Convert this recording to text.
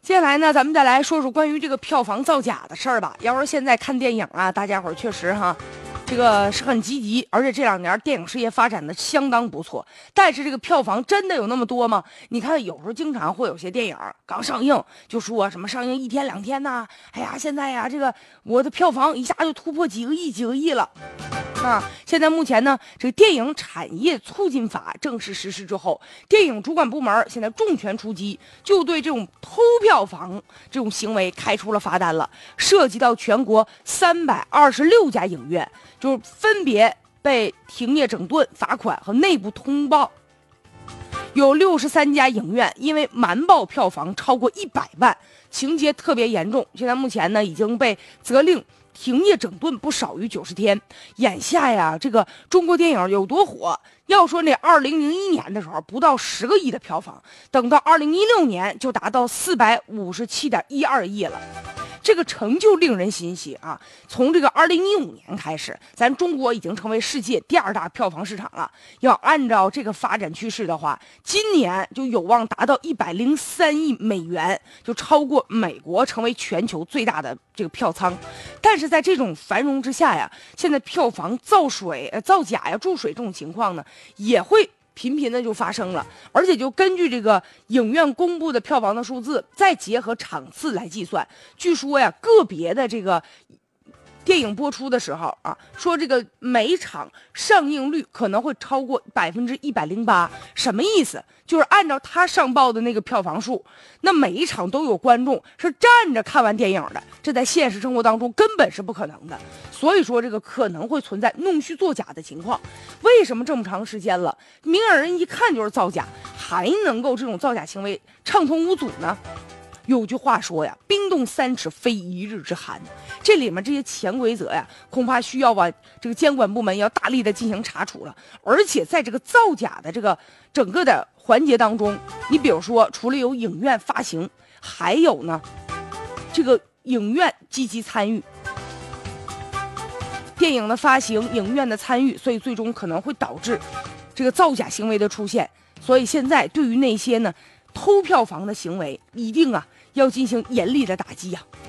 接下来呢，咱们再来说说关于这个票房造假的事儿吧。要说现在看电影啊，大家伙儿确实这个是很积极，而且这2年电影事业发展的相当不错。但是这个票房真的有那么多吗？你看，有时候经常会有些电影刚上映就说什么上映1天2天呐，哎呀，现在呀，这个我的票房一下就突破几个亿了。现在目前呢，这个电影产业促进法正式实施之后，电影主管部门现在重拳出击，就对这种偷票房这种行为开出了罚单了，涉及到全国326家影院，就是分别被停业整顿、罚款和内部通报。有63家影院因为瞒报票房超过100万，情节特别严重，现在目前呢已经被责令停业整顿不少于90天。眼下呀，这个中国电影有多火？要说那2001年的时候不到10个亿的票房，等到2016年就达到457.12亿了。这个成就令人欣喜啊！从这个2015年开始，咱中国已经成为世界第2大票房市场了。要按照这个发展趋势的话，今年就有望达到103亿美元，就超过美国，成为全球最大的这个票仓。但是在这种繁荣之下呀，现在票房造假呀、注水这种情况呢，也会频频的就发生了，而且就根据这个影院公布的票房的数字，再结合场次来计算，据说呀，个别的这个电影播出的时候说这个每场上映率可能会超过108%，什么意思？就是按照他上报的那个票房数，那每一场都有观众是站着看完电影的，这在现实生活当中根本是不可能的。所以说这个可能会存在弄虚作假的情况。为什么这么长时间了，明眼人一看就是造假，还能够这种造假行为畅通无阻呢？有句话说呀，冰冻3尺非一日之寒，这里面这些潜规则呀，恐怕需要这个监管部门要大力的进行查处了。而且在这个造假的这个整个的环节当中，你比如说，除了有影院发行，还有呢，这个影院积极参与电影的发行，影院的参与，所以最终可能会导致这个造假行为的出现。所以现在对于那些呢偷票房的行为，一定要进行严厉的打击呀。